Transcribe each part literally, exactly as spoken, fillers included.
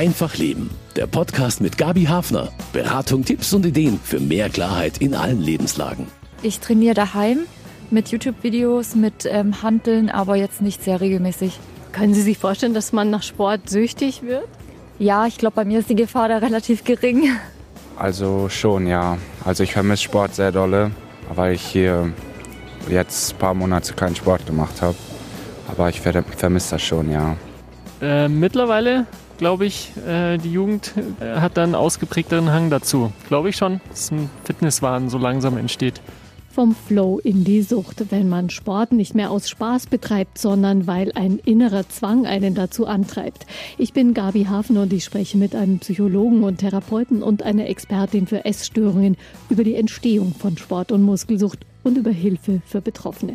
Einfach Leben, der Podcast mit Gabi Hafner. Beratung, Tipps und Ideen für mehr Klarheit in allen Lebenslagen. Ich trainiere daheim mit YouTube-Videos, mit ähm, Hanteln, aber jetzt nicht sehr regelmäßig. Können Sie sich vorstellen, dass man nach Sport süchtig wird? Ja, ich glaube, bei mir ist die Gefahr da relativ gering. Also schon, ja. Also ich vermisse Sport sehr dolle, weil ich hier jetzt ein paar Monate keinen Sport gemacht habe. Aber ich vermisse das schon, ja. Äh, mittlerweile, glaube ich, äh, die Jugend äh, hat dann einen ausgeprägteren Hang dazu. Glaube ich schon, dass ein Fitnesswahn so langsam entsteht. Vom Flow in die Sucht, wenn man Sport nicht mehr aus Spaß betreibt, sondern weil ein innerer Zwang einen dazu antreibt. Ich bin Gabi Hafner und ich spreche mit einem Psychologen und Therapeuten und einer Expertin für Essstörungen über die Entstehung von Sport- und Muskelsucht und über Hilfe für Betroffene.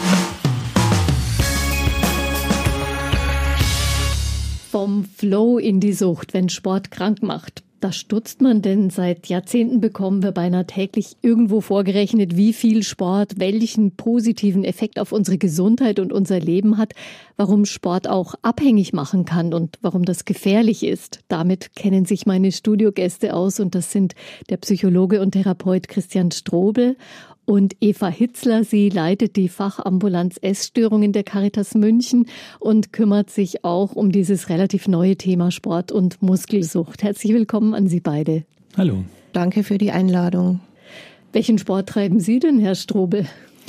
Vom Flow in die Sucht, wenn Sport krank macht. Da stutzt man, denn seit Jahrzehnten bekommen wir beinahe täglich irgendwo vorgerechnet, wie viel Sport welchen positiven Effekt auf unsere Gesundheit und unser Leben hat, warum Sport auch abhängig machen kann und warum das gefährlich ist. Damit kennen sich meine Studiogäste aus und das sind der Psychologe und Therapeut Christian Strobel und Eva Hitzler. Sie leitet die Fachambulanz Essstörungen der Caritas München und kümmert sich auch um dieses relativ neue Thema Sport und Muskelsucht. Herzlich willkommen an Sie beide. Hallo. Danke für die Einladung. Welchen Sport treiben Sie denn, Herr Strobel?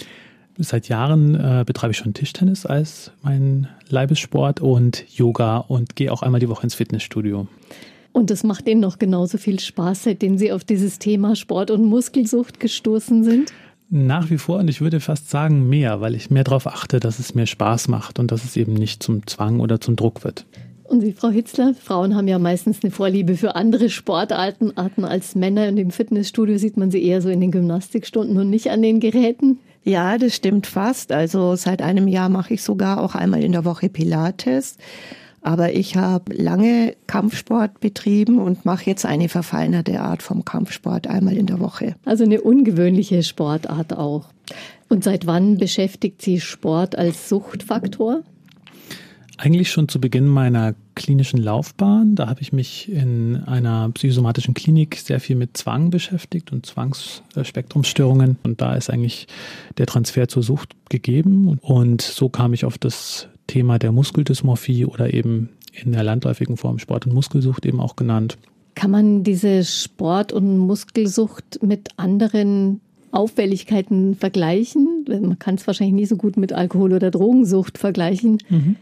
Seit Jahren äh, betreibe ich schon Tischtennis als mein Leibessport und Yoga und gehe auch einmal die Woche ins Fitnessstudio. Und das macht Ihnen noch genauso viel Spaß, seitdem Sie auf dieses Thema Sport und Muskelsucht gestoßen sind? Nach wie vor und ich würde fast sagen mehr, weil ich mehr darauf achte, dass es mir Spaß macht und dass es eben nicht zum Zwang oder zum Druck wird. Und Sie, Frau Hitzler, Frauen haben ja meistens eine Vorliebe für andere Sportarten Arten als Männer. Und im Fitnessstudio sieht man sie eher so in den Gymnastikstunden und nicht an den Geräten. Ja, das stimmt fast. Also seit einem Jahr mache ich sogar auch einmal in der Woche Pilates. Aber ich habe lange Kampfsport betrieben und mache jetzt eine verfeinerte Art vom Kampfsport einmal in der Woche. Also eine ungewöhnliche Sportart auch. Und seit wann beschäftigt Sie Sport als Suchtfaktor? Eigentlich schon zu Beginn meiner klinischen Laufbahn. Da habe ich mich in einer psychosomatischen Klinik sehr viel mit Zwang beschäftigt und Zwangsspektrumsstörungen. Und da ist eigentlich der Transfer zur Sucht gegeben. Und so kam ich auf das Thema der Muskeldysmorphie oder eben in der landläufigen Form Sport- und Muskelsucht eben auch genannt. Kann man diese Sport- und Muskelsucht mit anderen Auffälligkeiten vergleichen? Man kann es wahrscheinlich nie so gut mit Alkohol- oder Drogensucht vergleichen. Mhm.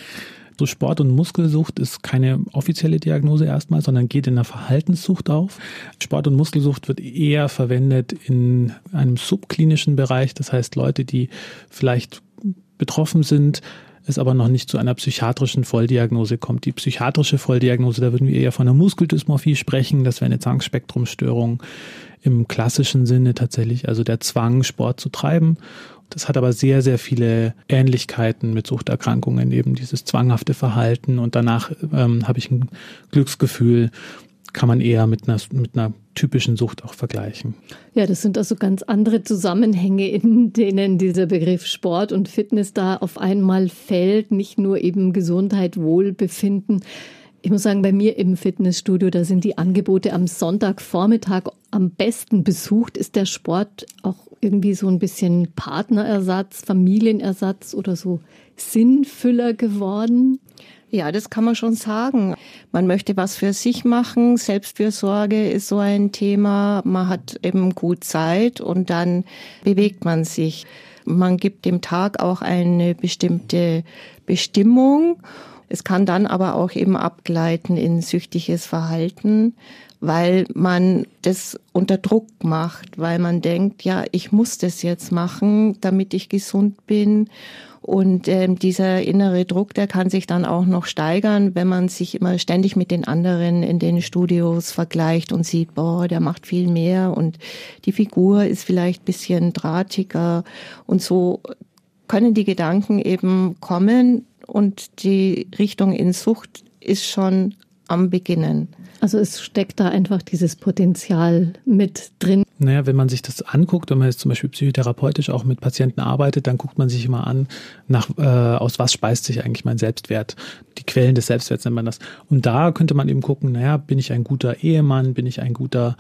So Sport- und Muskelsucht ist keine offizielle Diagnose erstmal, sondern geht in der Verhaltenssucht auf. Sport- und Muskelsucht wird eher verwendet in einem subklinischen Bereich. Das heißt, Leute, die vielleicht betroffen sind, es aber noch nicht zu einer psychiatrischen Volldiagnose kommt. Die psychiatrische Volldiagnose, da würden wir eher von einer Muskeldysmorphie sprechen. Das wäre eine Zwangsspektrumstörung im klassischen Sinne tatsächlich, also der Zwang, Sport zu treiben. Das hat aber sehr, sehr viele Ähnlichkeiten mit Suchterkrankungen, eben dieses zwanghafte Verhalten. Und danach ähm, habe ich ein Glücksgefühl, kann man eher mit einer, mit einer typischen Sucht auch vergleichen. Ja, das sind also ganz andere Zusammenhänge, in denen dieser Begriff Sport und Fitness da auf einmal fällt. Nicht nur eben Gesundheit, Wohlbefinden. Ich muss sagen, bei mir im Fitnessstudio, da sind die Angebote am Sonntagvormittag am besten besucht. Ist der Sport auch irgendwie so ein bisschen Partnerersatz, Familienersatz oder so Sinnfüller geworden? Ja, das kann man schon sagen. Man möchte was für sich machen. Selbstfürsorge ist so ein Thema. Man hat eben gut Zeit und dann bewegt man sich. Man gibt dem Tag auch eine bestimmte Bestimmung. Es kann dann aber auch eben abgleiten in süchtiges Verhalten, weil man das unter Druck macht, weil man denkt, ja, ich muss das jetzt machen, damit ich gesund bin. Und ähm, dieser innere Druck, der kann sich dann auch noch steigern, wenn man sich immer ständig mit den anderen in den Studios vergleicht und sieht, boah, der macht viel mehr und die Figur ist vielleicht ein bisschen drahtiger. Und so können die Gedanken eben kommen und die Richtung in Sucht ist schon am Beginnen. Also es steckt da einfach dieses Potenzial mit drin. Naja, wenn man sich das anguckt, wenn man jetzt zum Beispiel psychotherapeutisch auch mit Patienten arbeitet, dann guckt man sich immer an, nach, äh, aus was speist sich eigentlich mein Selbstwert. Die Quellen des Selbstwerts nennt man das. Und da könnte man eben gucken, naja, bin ich ein guter Ehemann, bin ich ein guter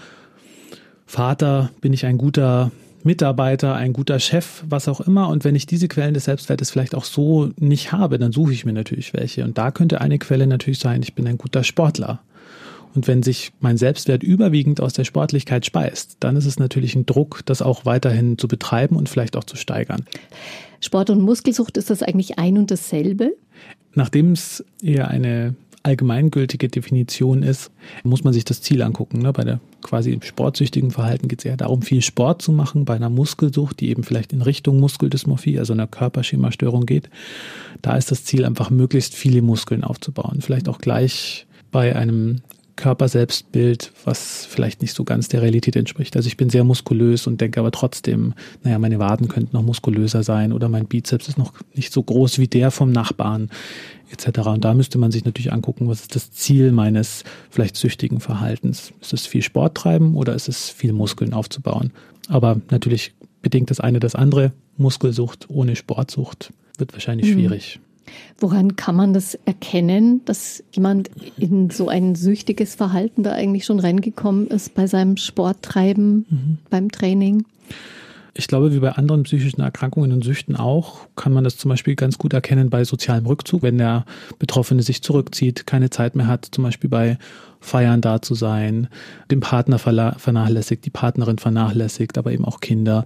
Vater, bin ich ein guter Mitarbeiter, ein guter Chef, was auch immer. Und wenn ich diese Quellen des Selbstwertes vielleicht auch so nicht habe, dann suche ich mir natürlich welche. Und da könnte eine Quelle natürlich sein, ich bin ein guter Sportler. Und wenn sich mein Selbstwert überwiegend aus der Sportlichkeit speist, dann ist es natürlich ein Druck, das auch weiterhin zu betreiben und vielleicht auch zu steigern. Sport und Muskelsucht, ist das eigentlich ein und dasselbe? Nachdem es eher eine allgemeingültige Definition ist, muss man sich das Ziel angucken. Bei der quasi sportsüchtigen Verhalten geht es eher darum, viel Sport zu machen. Bei einer Muskelsucht, die eben vielleicht in Richtung Muskeldysmorphie, also einer Körperschemastörung geht, da ist das Ziel einfach, möglichst viele Muskeln aufzubauen. Vielleicht auch gleich bei einem Körperselbstbild, was vielleicht nicht so ganz der Realität entspricht. Also ich bin sehr muskulös und denke aber trotzdem, naja, meine Waden könnten noch muskulöser sein oder mein Bizeps ist noch nicht so groß wie der vom Nachbarn et cetera. Und da müsste man sich natürlich angucken, was ist das Ziel meines vielleicht süchtigen Verhaltens? Ist es viel Sport treiben oder ist es viel Muskeln aufzubauen? Aber natürlich bedingt das eine das andere. Muskelsucht ohne Sportsucht wird wahrscheinlich mhm. schwierig. Woran kann man das erkennen, dass jemand in so ein süchtiges Verhalten da eigentlich schon reingekommen ist bei seinem Sporttreiben, mhm. beim Training? Ich glaube, wie bei anderen psychischen Erkrankungen und Süchten auch, kann man das zum Beispiel ganz gut erkennen bei sozialem Rückzug, wenn der Betroffene sich zurückzieht, keine Zeit mehr hat, zum Beispiel bei Feiern da zu sein, den Partner vernachlässigt, die Partnerin vernachlässigt, aber eben auch Kinder.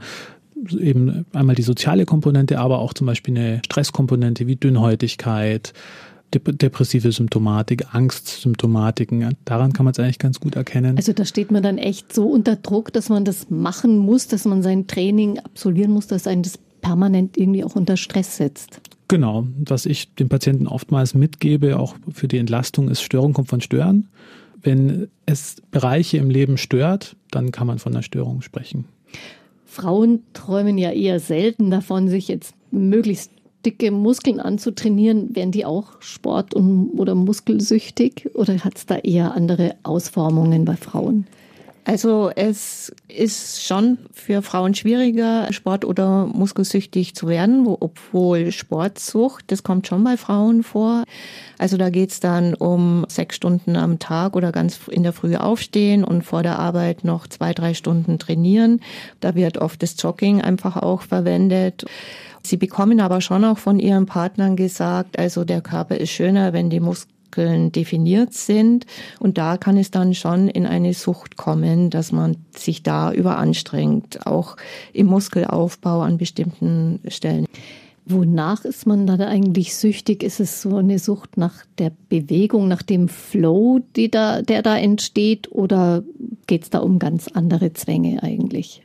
Eben einmal die soziale Komponente, aber auch zum Beispiel eine Stresskomponente wie Dünnhäutigkeit, depressive Symptomatik, Angstsymptomatiken. Daran kann man es eigentlich ganz gut erkennen. Also da steht man dann echt so unter Druck, dass man das machen muss, dass man sein Training absolvieren muss, dass einen das permanent irgendwie auch unter Stress setzt. Genau. Was ich den Patienten oftmals mitgebe, auch für die Entlastung, ist, Störung kommt von Stören. Wenn es Bereiche im Leben stört, dann kann man von einer Störung sprechen. Frauen träumen ja eher selten davon, sich jetzt möglichst dicke Muskeln anzutrainieren. Wären die auch sport- und, oder muskelsüchtig oder hat es da eher andere Ausformungen bei Frauen? Also es ist schon für Frauen schwieriger, sport- oder muskelsüchtig zu werden, wo, obwohl Sportsucht, das kommt schon bei Frauen vor. Also da geht's dann um sechs Stunden am Tag oder ganz in der Früh aufstehen und vor der Arbeit noch zwei, drei Stunden trainieren. Da wird oft das Jogging einfach auch verwendet. Sie bekommen aber schon auch von ihren Partnern gesagt, also der Körper ist schöner, wenn die Muskeln definiert sind. Und da kann es dann schon in eine Sucht kommen, dass man sich da überanstrengt, auch im Muskelaufbau an bestimmten Stellen. Wonach ist man da eigentlich süchtig? Ist es so eine Sucht nach der Bewegung, nach dem Flow, die da, der da entsteht? Oder geht es da um ganz andere Zwänge eigentlich?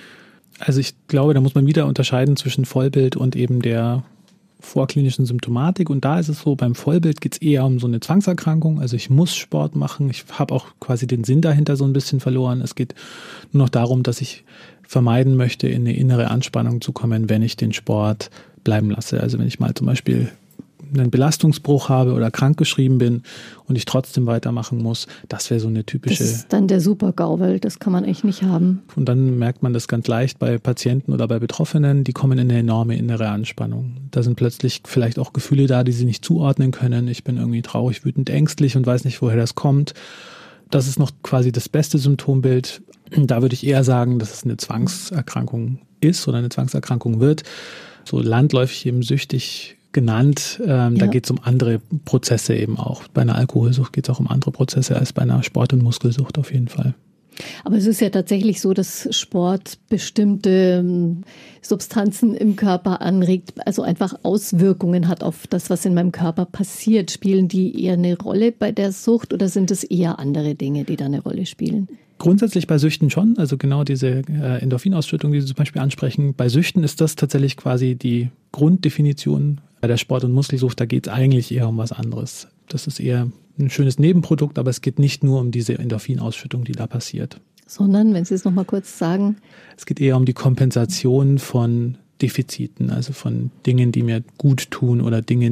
Also ich glaube, da muss man wieder unterscheiden zwischen Vollbild und eben der vorklinischen Symptomatik. Und da ist es so, beim Vollbild geht es eher um so eine Zwangserkrankung. Also ich muss Sport machen. Ich habe auch quasi den Sinn dahinter so ein bisschen verloren. Es geht nur noch darum, dass ich vermeiden möchte, in eine innere Anspannung zu kommen, wenn ich den Sport bleiben lasse. Also wenn ich mal zum Beispiel einen Belastungsbruch habe oder krankgeschrieben bin und ich trotzdem weitermachen muss, das wäre so eine typische... Das ist dann der Super-GAU, weil das kann man echt nicht haben. Und dann merkt man das ganz leicht bei Patienten oder bei Betroffenen, die kommen in eine enorme innere Anspannung. Da sind plötzlich vielleicht auch Gefühle da, die sie nicht zuordnen können. Ich bin irgendwie traurig, wütend, ängstlich und weiß nicht, woher das kommt. Das ist noch quasi das beste Symptombild. Da würde ich eher sagen, dass es eine Zwangserkrankung ist oder eine Zwangserkrankung wird. So landläufig eben süchtig genannt. Ähm, ja. Da geht es um andere Prozesse eben auch. Bei einer Alkoholsucht geht es auch um andere Prozesse als bei einer Sport- und Muskelsucht auf jeden Fall. Aber es ist ja tatsächlich so, dass Sport bestimmte Substanzen im Körper anregt, also einfach Auswirkungen hat auf das, was in meinem Körper passiert. Spielen die eher eine Rolle bei der Sucht oder sind es eher andere Dinge, die da eine Rolle spielen? Grundsätzlich bei Süchten schon, also genau diese äh, Endorphinausschüttung, die Sie zum Beispiel ansprechen. Bei Süchten ist das tatsächlich quasi die Grunddefinition. Bei der Sport- und Muskelsucht, da geht es eigentlich eher um was anderes. Das ist eher ein schönes Nebenprodukt, aber es geht nicht nur um diese Endorphinausschüttung, die da passiert. Sondern, wenn Sie es nochmal kurz sagen. Es geht eher um die Kompensation von Defiziten, also von Dingen, die mir gut tun oder Dingen, die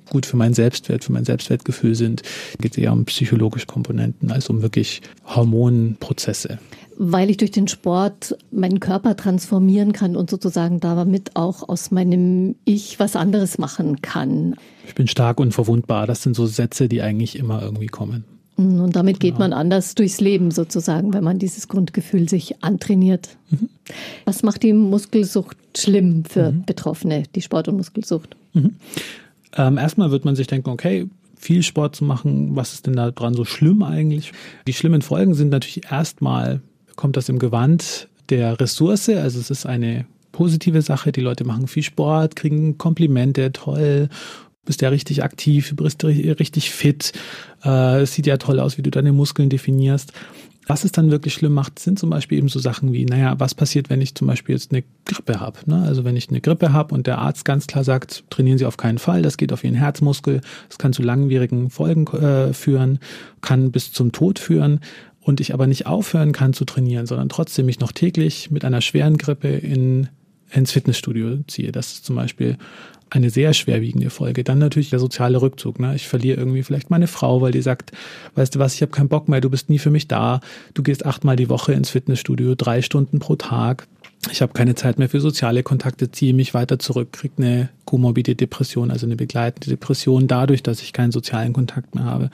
gut für meinen Selbstwert, für mein Selbstwertgefühl sind. Geht es eher um psychologische Komponenten als um wirklich Hormonprozesse. Weil ich durch den Sport meinen Körper transformieren kann und sozusagen damit auch aus meinem Ich was anderes machen kann. Ich bin stark und verwundbar. Das sind so Sätze, die eigentlich immer irgendwie kommen. Und damit Genau. geht man anders durchs Leben sozusagen, wenn man dieses Grundgefühl sich antrainiert. Mhm. Was macht die Muskelsucht schlimm für mhm. Betroffene, die Sport- und Muskelsucht? Mhm. Ähm, erstmal wird man sich denken, okay, viel Sport zu machen, was ist denn da dran so schlimm eigentlich? Die schlimmen Folgen sind natürlich erstmal, kommt das im Gewand der Ressource, also es ist eine positive Sache, die Leute machen viel Sport, kriegen Komplimente, toll, bist ja richtig aktiv, du bist richtig fit, äh, es sieht ja toll aus, wie du deine Muskeln definierst. Was es dann wirklich schlimm macht, sind zum Beispiel eben so Sachen wie, naja, was passiert, wenn ich zum Beispiel jetzt eine Grippe habe? Ne? Also wenn ich eine Grippe habe und der Arzt ganz klar sagt, trainieren Sie auf keinen Fall, das geht auf Ihren Herzmuskel, das kann zu langwierigen Folgen äh, führen, kann bis zum Tod führen und ich aber nicht aufhören kann zu trainieren, sondern trotzdem mich noch täglich mit einer schweren Grippe in, ins Fitnessstudio ziehe. Das ist zum Beispiel eine sehr schwerwiegende Folge. Dann natürlich der soziale Rückzug. Ne? Ich verliere irgendwie vielleicht meine Frau, weil die sagt, weißt du was, ich habe keinen Bock mehr, du bist nie für mich da. Du gehst achtmal die Woche ins Fitnessstudio, drei Stunden pro Tag. Ich habe keine Zeit mehr für soziale Kontakte, ziehe mich weiter zurück, kriege eine komorbide Depression, also eine begleitende Depression dadurch, dass ich keinen sozialen Kontakt mehr habe.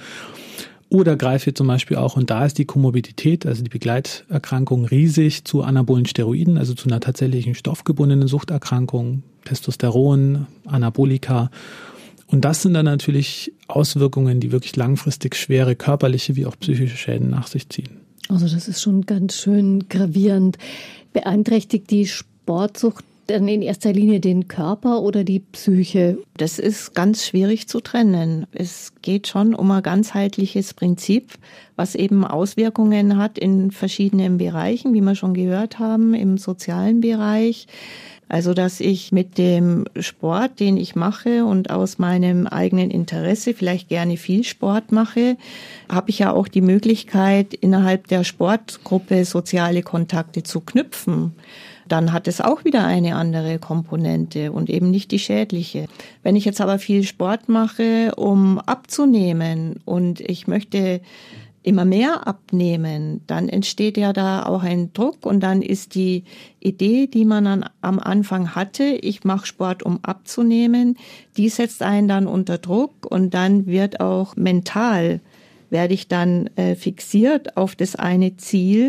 Oder greife zum Beispiel auch, und da ist die Komorbidität, also die Begleiterkrankung, riesig zu anabolen Steroiden, also zu einer tatsächlichen stoffgebundenen Suchterkrankung, Testosteron, Anabolika. Und das sind dann natürlich Auswirkungen, die wirklich langfristig schwere körperliche wie auch psychische Schäden nach sich ziehen. Also das ist schon ganz schön gravierend. Beeinträchtigt die Sportsucht dann in erster Linie den Körper oder die Psyche? Das ist ganz schwierig zu trennen. Es geht schon um ein ganzheitliches Prinzip, was eben Auswirkungen hat in verschiedenen Bereichen, wie wir schon gehört haben, im sozialen Bereich. Also, dass ich mit dem Sport, den ich mache und aus meinem eigenen Interesse vielleicht gerne viel Sport mache, habe ich ja auch die Möglichkeit, innerhalb der Sportgruppe soziale Kontakte zu knüpfen. Dann hat es auch wieder eine andere Komponente und eben nicht die schädliche. Wenn ich jetzt aber viel Sport mache, um abzunehmen und ich möchte immer mehr abnehmen, dann entsteht ja da auch ein Druck und dann ist die Idee, die man dann am Anfang hatte, ich mache Sport, um abzunehmen, die setzt einen dann unter Druck und dann wird auch mental, werde ich dann äh, fixiert auf das eine Ziel.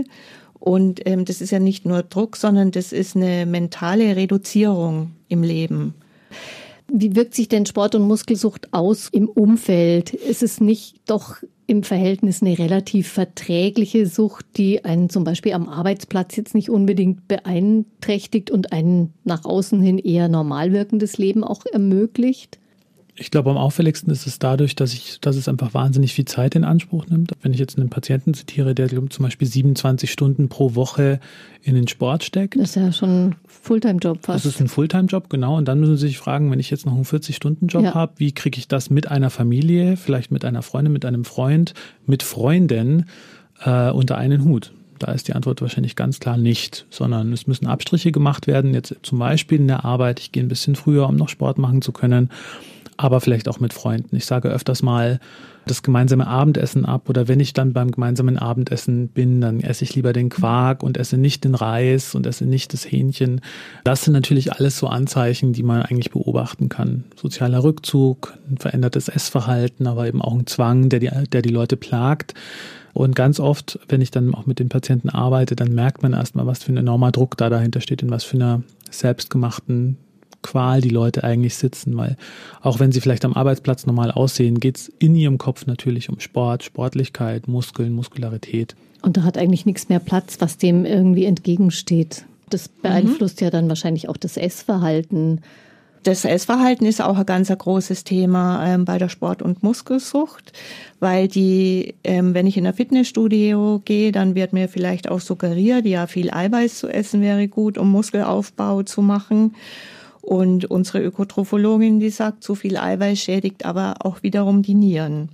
Und ähm, das ist ja nicht nur Druck, sondern das ist eine mentale Reduzierung im Leben. Wie wirkt sich denn Sport- und Muskelsucht aus im Umfeld? Ist es nicht doch im Verhältnis eine relativ verträgliche Sucht, die einen zum Beispiel am Arbeitsplatz jetzt nicht unbedingt beeinträchtigt und ein nach außen hin eher normal wirkendes Leben auch ermöglicht? Ich glaube, am auffälligsten ist es dadurch, dass ich, dass es einfach wahnsinnig viel Zeit in Anspruch nimmt. Wenn ich jetzt einen Patienten zitiere, der zum Beispiel siebenundzwanzig Stunden pro Woche in den Sport steckt. Das ist ja schon ein Fulltime-Job fast. Das ist ein Fulltime-Job, genau. Und dann müssen Sie sich fragen, wenn ich jetzt noch einen vierzig-Stunden-Job ja. habe, wie kriege ich das mit einer Familie, vielleicht mit einer Freundin, mit einem Freund, mit Freunden äh, unter einen Hut? Da ist die Antwort wahrscheinlich ganz klar nicht, sondern es müssen Abstriche gemacht werden. Jetzt zum Beispiel in der Arbeit, ich gehe ein bisschen früher, um noch Sport machen zu können. Aber vielleicht auch mit Freunden. Ich sage öfters mal das gemeinsame Abendessen ab oder wenn ich dann beim gemeinsamen Abendessen bin, dann esse ich lieber den Quark und esse nicht den Reis und esse nicht das Hähnchen. Das sind natürlich alles so Anzeichen, die man eigentlich beobachten kann. Sozialer Rückzug, ein verändertes Essverhalten, aber eben auch ein Zwang, der die, der die Leute plagt. Und ganz oft, wenn ich dann auch mit den Patienten arbeite, dann merkt man erstmal, was für ein enormer Druck da dahinter steht, in was für einer selbstgemachten Qual die Leute eigentlich sitzen, weil auch wenn sie vielleicht am Arbeitsplatz normal aussehen, geht es in ihrem Kopf natürlich um Sport, Sportlichkeit, Muskeln, Muskularität. Und da hat eigentlich nichts mehr Platz, was dem irgendwie entgegensteht. Das beeinflusst mhm. ja dann wahrscheinlich auch das Essverhalten. Das Essverhalten ist auch ein ganz ein großes Thema ähm, bei der Sport- und Muskelsucht, weil die, ähm, wenn ich in ein Fitnessstudio gehe, dann wird mir vielleicht auch suggeriert, ja, viel Eiweiß zu essen wäre gut, um Muskelaufbau zu machen. Und unsere Ökotrophologin, die sagt, zu viel Eiweiß schädigt aber auch wiederum die Nieren.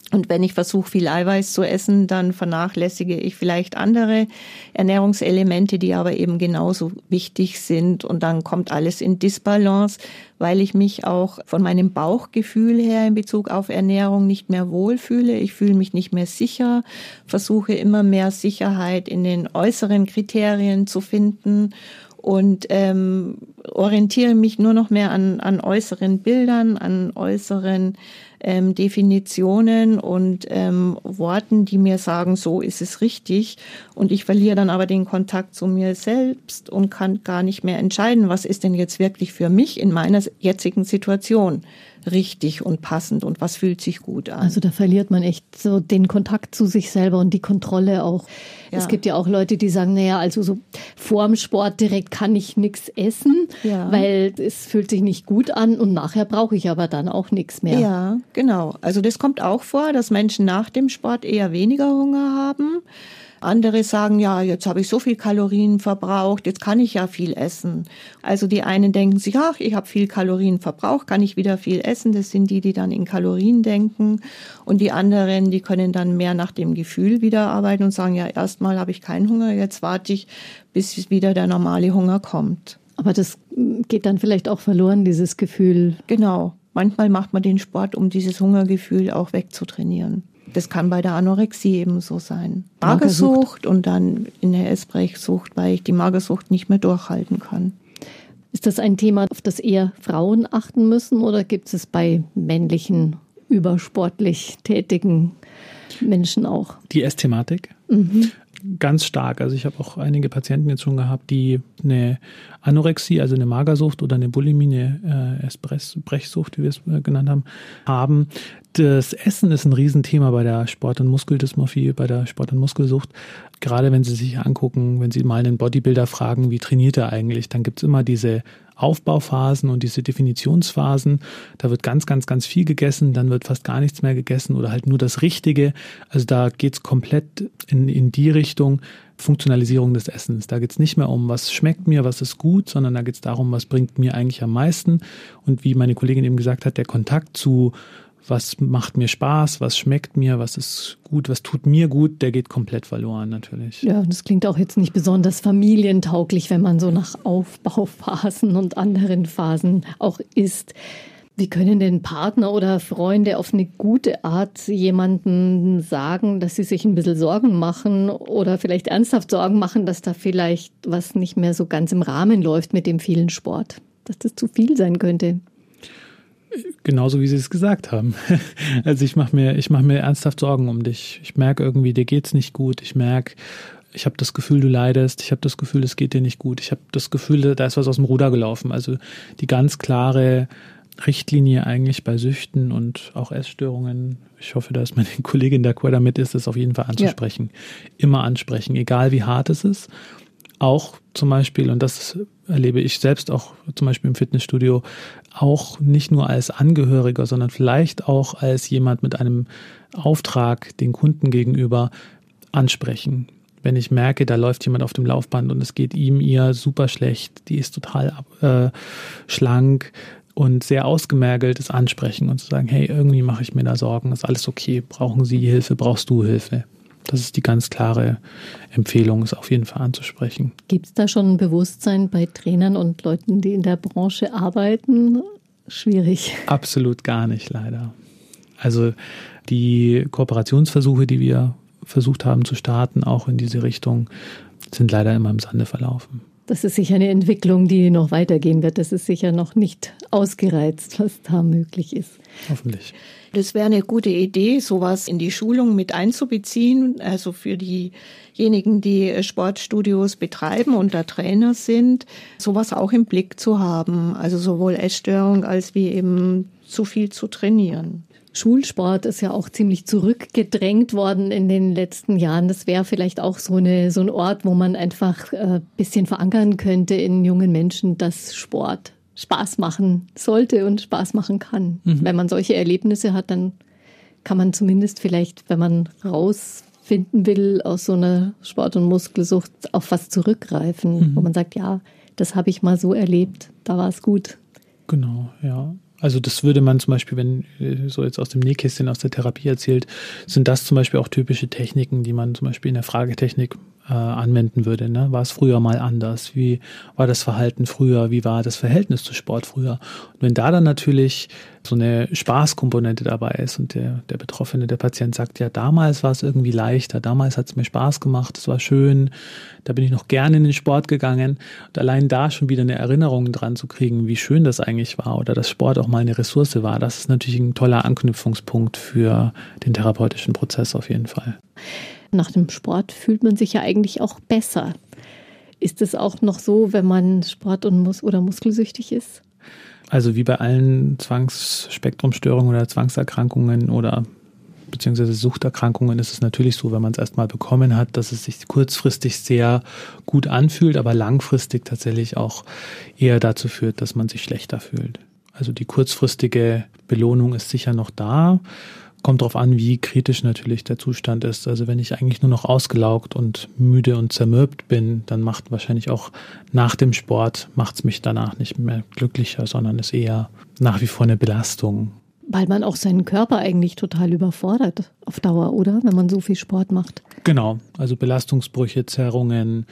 Und wenn ich versuche, viel Eiweiß zu essen, dann vernachlässige ich vielleicht andere Ernährungselemente, die aber eben genauso wichtig sind. Und dann kommt alles in Disbalance, weil ich mich auch von meinem Bauchgefühl her in Bezug auf Ernährung nicht mehr wohlfühle. Ich fühle mich nicht mehr sicher, versuche immer mehr Sicherheit in den äußeren Kriterien zu finden und ähm, orientiere mich nur noch mehr an, an äußeren Bildern, an äußeren ähm, Definitionen und ähm, Worten, die mir sagen, so ist es richtig. Und ich verliere dann aber den Kontakt zu mir selbst und kann gar nicht mehr entscheiden, was ist denn jetzt wirklich für mich in meiner jetzigen Situation richtig und passend und was fühlt sich gut an. Also da verliert man echt so den Kontakt zu sich selber und die Kontrolle auch. Ja. Es gibt ja auch Leute, die sagen, naja, also so vorm Sport direkt kann ich nichts essen, ja. weil es fühlt sich nicht gut an und nachher brauche ich aber dann auch nichts mehr. Ja, genau. Also das kommt auch vor, dass Menschen nach dem Sport eher weniger Hunger haben. Andere sagen, ja, jetzt habe ich so viel Kalorien verbraucht, jetzt kann ich ja viel essen. Also die einen denken sich, ach, ich habe viel Kalorien verbraucht, kann ich wieder viel essen. Das sind die, die dann in Kalorien denken. Und die anderen, die können dann mehr nach dem Gefühl wieder arbeiten und sagen, ja, erstmal habe ich keinen Hunger, jetzt warte ich, bis wieder der normale Hunger kommt. Aber das geht dann vielleicht auch verloren, dieses Gefühl. Genau. Manchmal macht man den Sport, um dieses Hungergefühl auch wegzutrainieren. Das kann bei der Anorexie eben so sein. Magersucht und dann in der Essbrechsucht, weil ich die Magersucht nicht mehr durchhalten kann. Ist das ein Thema, auf das eher Frauen achten müssen oder gibt es bei männlichen, übersportlich tätigen Menschen auch? Die Essthematik? Mhm. Ganz stark. Also ich habe auch einige Patienten jetzt schon gehabt, die eine Anorexie, also eine Magersucht oder eine Bulimie, eine äh, Essbrechsucht, wie wir es äh, genannt haben, haben. Das Essen ist ein Riesenthema bei der Sport- und Muskeldysmorphie, bei der Sport- und Muskelsucht. Gerade wenn Sie sich angucken, wenn Sie mal einen Bodybuilder fragen, wie trainiert er eigentlich, dann gibt's immer diese Aufbauphasen und diese Definitionsphasen. Da wird ganz, ganz, ganz viel gegessen, dann wird fast gar nichts mehr gegessen oder halt nur das Richtige. Also da geht's komplett in, in die Richtung Funktionalisierung des Essens. Da geht's nicht mehr um, was schmeckt mir, was ist gut, sondern da geht's darum, was bringt mir eigentlich am meisten. Und wie meine Kollegin eben gesagt hat, der Kontakt zu was macht mir Spaß, was schmeckt mir, was ist gut, was tut mir gut, der geht komplett verloren natürlich. Ja, das klingt auch jetzt nicht besonders familientauglich, wenn man so nach Aufbauphasen und anderen Phasen auch isst. Wie können denn Partner oder Freunde auf eine gute Art jemandem sagen, dass sie sich ein bisschen Sorgen machen oder vielleicht ernsthaft Sorgen machen, dass da vielleicht was nicht mehr so ganz im Rahmen läuft mit dem vielen Sport, dass das zu viel sein könnte? Genauso wie Sie es gesagt haben. Also ich mache mir, ich mache mir ernsthaft Sorgen um dich. Ich merke irgendwie, dir geht's nicht gut. Ich merke, ich habe das Gefühl, du leidest. Ich habe das Gefühl, es geht dir nicht gut. Ich habe das Gefühl, da ist was aus dem Ruder gelaufen. Also die ganz klare Richtlinie eigentlich bei Süchten und auch Essstörungen. Ich hoffe, dass meine Kollegin d'accord damit ist, das auf jeden Fall anzusprechen. Ja. Immer ansprechen, egal wie hart es ist. Auch zum Beispiel, und das erlebe ich selbst auch zum Beispiel im Fitnessstudio, auch nicht nur als Angehöriger, sondern vielleicht auch als jemand mit einem Auftrag den Kunden gegenüber ansprechen. Wenn ich merke, da läuft jemand auf dem Laufband und es geht ihm, ihr super schlecht, die ist total äh, schlank und sehr ausgemergelt, das ansprechen und zu sagen, hey, irgendwie mache ich mir da Sorgen, ist alles okay, brauchen Sie Hilfe, brauchst du Hilfe? Das ist die ganz klare Empfehlung, es auf jeden Fall anzusprechen. Gibt es da schon ein Bewusstsein bei Trainern und Leuten, die in der Branche arbeiten? Schwierig. Absolut gar nicht, leider. Also die Kooperationsversuche, die wir versucht haben zu starten, auch in diese Richtung, sind leider immer im Sande verlaufen. Das ist sicher eine Entwicklung, die noch weitergehen wird. Das ist sicher noch nicht ausgereizt, was da möglich ist. Hoffentlich. Das wäre eine gute Idee, sowas in die Schulung mit einzubeziehen, also für diejenigen, die Sportstudios betreiben und da Trainer sind, sowas auch im Blick zu haben, also sowohl Essstörung als wie eben zu viel zu trainieren. Schulsport ist ja auch ziemlich zurückgedrängt worden in den letzten Jahren. Das wäre vielleicht auch so, eine, so ein Ort, wo man einfach ein äh, bisschen verankern könnte in jungen Menschen, dass Sport Spaß machen sollte und Spaß machen kann. Mhm. Wenn man solche Erlebnisse hat, dann kann man zumindest vielleicht, wenn man rausfinden will aus so einer Sport- und Muskelsucht, auf was zurückgreifen, mhm. wo man sagt, ja, das habe ich mal so erlebt, da war es gut. Genau, ja. Also das würde man zum Beispiel, wenn so jetzt aus dem Nähkästchen aus der Therapie erzählt, sind das zum Beispiel auch typische Techniken, die man zum Beispiel in der Fragetechnik äh, anwenden würde. Ne? War es früher mal anders? Wie war das Verhalten früher? Wie war das Verhältnis zu Sport früher? Und wenn da dann natürlich so eine Spaßkomponente dabei ist und der, der Betroffene, der Patient sagt, ja, damals war es irgendwie leichter, damals hat es mir Spaß gemacht, es war schön, da bin ich noch gerne in den Sport gegangen. Und allein da schon wieder eine Erinnerung dran zu kriegen, wie schön das eigentlich war oder dass Sport auch mal eine Ressource war, das ist natürlich ein toller Anknüpfungspunkt für den therapeutischen Prozess auf jeden Fall. Nach dem Sport fühlt man sich ja eigentlich auch besser. Ist es auch noch so, wenn man Sport- und Mus- oder muskelsüchtig ist? Also wie bei allen Zwangsspektrumstörungen oder Zwangserkrankungen oder beziehungsweise Suchterkrankungen ist es natürlich so, wenn man es erstmal bekommen hat, dass es sich kurzfristig sehr gut anfühlt, aber langfristig tatsächlich auch eher dazu führt, dass man sich schlechter fühlt. Also die kurzfristige Belohnung ist sicher noch da. Kommt darauf an, wie kritisch natürlich der Zustand ist. Also wenn ich eigentlich nur noch ausgelaugt und müde und zermürbt bin, dann macht wahrscheinlich auch nach dem Sport, macht es mich danach nicht mehr glücklicher, sondern ist eher nach wie vor eine Belastung. Weil man auch seinen Körper eigentlich total überfordert auf Dauer, oder? Wenn man so viel Sport macht. Genau, also Belastungsbrüche, Zerrungen,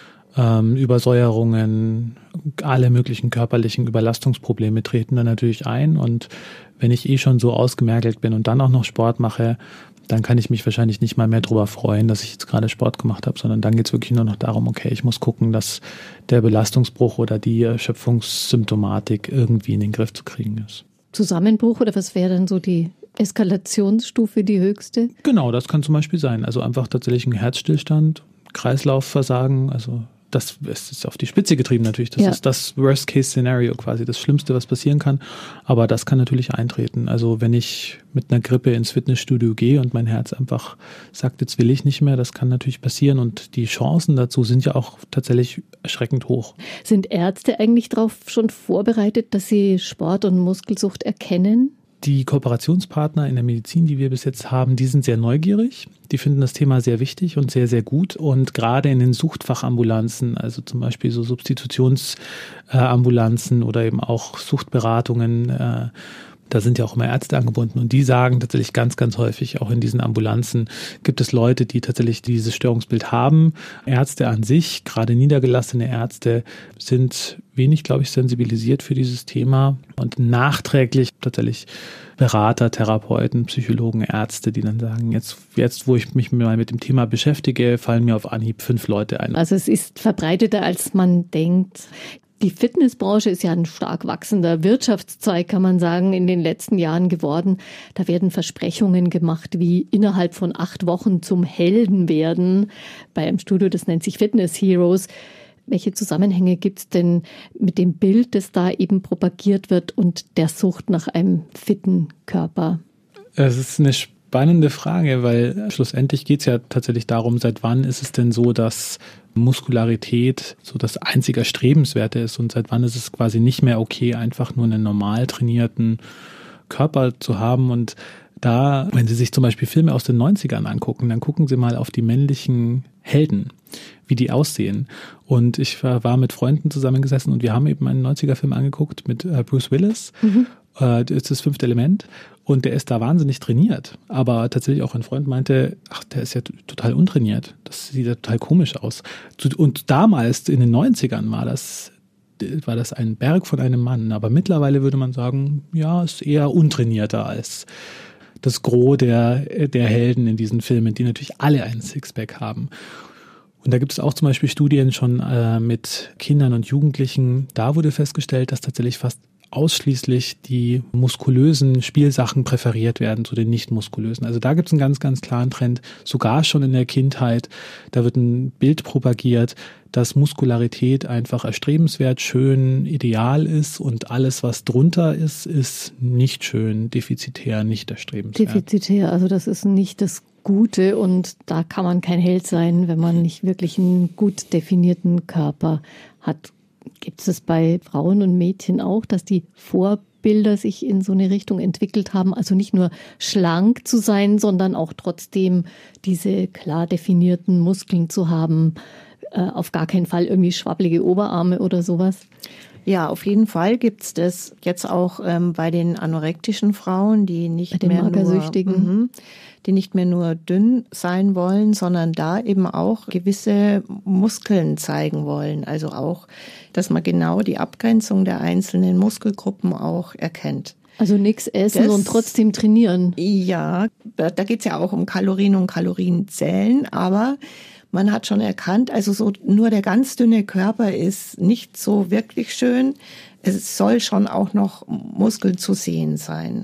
ähm, Übersäuerungen, alle möglichen körperlichen Überlastungsprobleme treten dann natürlich ein. Und wenn ich eh schon so ausgemergelt bin und dann auch noch Sport mache, dann kann ich mich wahrscheinlich nicht mal mehr darüber freuen, dass ich jetzt gerade Sport gemacht habe, sondern dann geht es wirklich nur noch darum, okay, ich muss gucken, dass der Belastungsbruch oder die Erschöpfungssymptomatik irgendwie in den Griff zu kriegen ist. Zusammenbruch oder was wäre dann so die Eskalationsstufe, die höchste? Genau, das kann zum Beispiel sein. Also einfach tatsächlich ein Herzstillstand, Kreislaufversagen, also das ist auf die Spitze getrieben natürlich. Das ja. ist das Worst-Case-Szenario quasi, das Schlimmste, was passieren kann. Aber das kann natürlich eintreten. Also wenn ich mit einer Grippe ins Fitnessstudio gehe und mein Herz einfach sagt, jetzt will ich nicht mehr, das kann natürlich passieren. Und die Chancen dazu sind ja auch tatsächlich erschreckend hoch. Sind Ärzte eigentlich darauf schon vorbereitet, dass sie Sport- und Muskelsucht erkennen? Die Kooperationspartner in der Medizin, die wir bis jetzt haben, die sind sehr neugierig. Die finden das Thema sehr wichtig und sehr, sehr gut. Und gerade in den Suchtfachambulanzen, also zum Beispiel so Substitutionsambulanzen oder eben auch Suchtberatungen, da sind ja auch immer Ärzte angebunden und die sagen tatsächlich ganz, ganz häufig, auch in diesen Ambulanzen gibt es Leute, die tatsächlich dieses Störungsbild haben. Ärzte an sich, gerade niedergelassene Ärzte, sind wenig, glaube ich, sensibilisiert für dieses Thema und nachträglich tatsächlich Berater, Therapeuten, Psychologen, Ärzte, die dann sagen, jetzt, jetzt, wo ich mich mal mit dem Thema beschäftige, fallen mir auf Anhieb fünf Leute ein. Also es ist verbreiteter, als man denkt. Die Fitnessbranche ist ja ein stark wachsender Wirtschaftszweig, kann man sagen, in den letzten Jahren geworden. Da werden Versprechungen gemacht, wie innerhalb von acht Wochen zum Helden werden. Bei einem Studio, das nennt sich Fitness Heroes. Welche Zusammenhänge gibt es denn mit dem Bild, das da eben propagiert wird und der Sucht nach einem fitten Körper? Es ist eine spannende Frage, weil schlussendlich geht es ja tatsächlich darum, seit wann ist es denn so, dass Muskularität so das einzig Erstrebenswerte ist und seit wann ist es quasi nicht mehr okay, einfach nur einen normal trainierten Körper zu haben. Und da, wenn Sie sich zum Beispiel Filme aus den neunzigern angucken, dann gucken Sie mal auf die männlichen Helden, wie die aussehen. Und ich war mit Freunden zusammengesessen und wir haben eben einen neunziger-Film angeguckt mit Bruce Willis. Mhm. Das ist das Fünfte Element und der ist da wahnsinnig trainiert. Aber tatsächlich auch ein Freund meinte, ach, der ist ja total untrainiert. Das sieht ja total komisch aus. Und damals, in den neunzigern, war das, war das ein Berg von einem Mann. Aber mittlerweile würde man sagen, ja, ist eher untrainierter als das Gros der, der Helden in diesen Filmen, die natürlich alle einen Sixpack haben. Und da gibt es auch zum Beispiel Studien schon äh, mit Kindern und Jugendlichen. Da wurde festgestellt, dass tatsächlich fast ausschließlich die muskulösen Spielsachen präferiert werden zu den nicht muskulösen. Also da gibt es einen ganz, ganz klaren Trend, sogar schon in der Kindheit. Da wird ein Bild propagiert, dass Muskularität einfach erstrebenswert, schön, ideal ist und alles, was drunter ist, ist nicht schön, defizitär, nicht erstrebenswert. Defizitär, also das ist nicht das Gute und da kann man kein Held sein, wenn man nicht wirklich einen gut definierten Körper hat. Gibt es bei Frauen und Mädchen auch, dass die Vorbilder sich in so eine Richtung entwickelt haben? Also nicht nur schlank zu sein, sondern auch trotzdem diese klar definierten Muskeln zu haben. Äh, auf gar keinen Fall irgendwie schwabbelige Oberarme oder sowas. Ja, auf jeden Fall gibt's das jetzt auch ähm, bei den anorektischen Frauen, die nicht bei den mehr Magersüchtigen. nur, mh, die nicht mehr nur dünn sein wollen, sondern da eben auch gewisse Muskeln zeigen wollen. Also auch, dass man genau die Abgrenzung der einzelnen Muskelgruppen auch erkennt. Also nichts essen Das- und trotzdem trainieren. Ja, da, da geht's ja auch um Kalorien und Kalorienzellen, aber man hat schon erkannt, also so nur der ganz dünne Körper ist nicht so wirklich schön. Es soll schon auch noch Muskeln zu sehen sein.